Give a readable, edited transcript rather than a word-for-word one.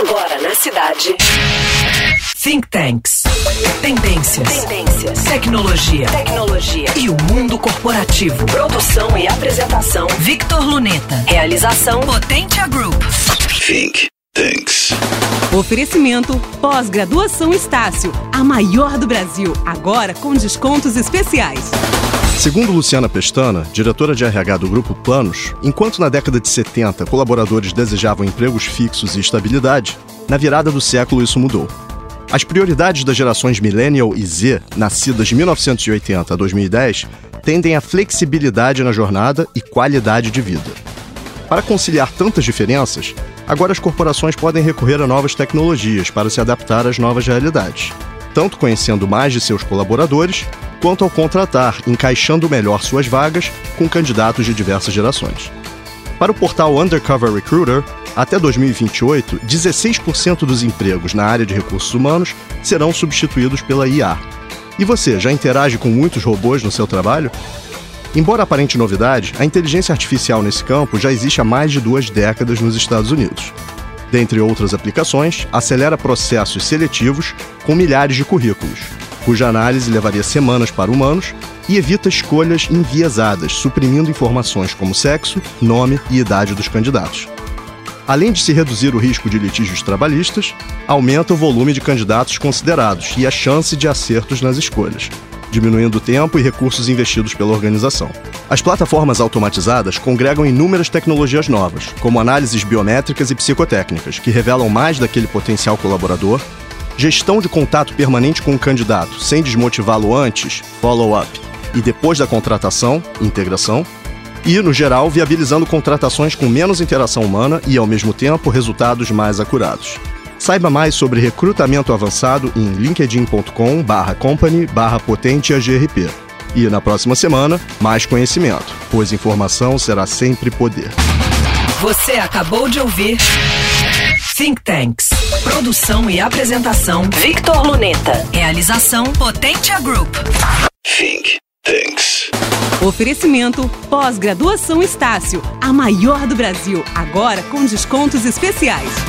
Agora na cidade. Think Tanks. Tendências. Tecnologia. E o mundo corporativo. Produção e apresentação. Victor Luneta. Realização Potentia Group. Think Tanks. Oferecimento Pós-Graduação Estácio, a maior do Brasil, agora com descontos especiais. Segundo Luciana Pestana, diretora de RH do Grupo Planos, enquanto na década de 70 colaboradores desejavam empregos fixos e estabilidade, na virada do século isso mudou. As prioridades das gerações Millennial e Z, nascidas de 1980 a 2010, tendem à flexibilidade na jornada e qualidade de vida. Para conciliar tantas diferenças, agora as corporações podem recorrer a novas tecnologias para se adaptar às novas realidades, tanto conhecendo mais de seus colaboradores, quanto ao contratar, encaixando melhor suas vagas com candidatos de diversas gerações. Para o portal Undercover Recruiter, até 2028, 16% dos empregos na área de recursos humanos serão substituídos pela IA. E você, já interage com muitos robôs no seu trabalho? Embora aparente novidade, a inteligência artificial nesse campo já existe há mais de 2 décadas nos Estados Unidos. Dentre outras aplicações, acelera processos seletivos com milhares de currículos, cuja análise levaria semanas para humanos e evita escolhas enviesadas, suprimindo informações como sexo, nome e idade dos candidatos. Além de se reduzir o risco de litígios trabalhistas, aumenta o volume de candidatos considerados e a chance de acertos nas escolhas, diminuindo o tempo e recursos investidos pela organização. As plataformas automatizadas congregam inúmeras tecnologias novas, como análises biométricas e psicotécnicas, que revelam mais daquele potencial colaborador, gestão de contato permanente com o candidato, sem desmotivá-lo antes, follow-up, e depois da contratação, integração, e, no geral, viabilizando contratações com menos interação humana e, ao mesmo tempo, resultados mais acurados. Saiba mais sobre recrutamento avançado em linkedin.com/company/potentiagrp. E, na próxima semana, mais conhecimento, pois informação será sempre poder. Você acabou de ouvir Think Tanks. Produção e apresentação Victor Luneta. Realização Potentia Group. Think Tanks. Oferecimento Pós-Graduação Estácio, a maior do Brasil, agora com descontos especiais.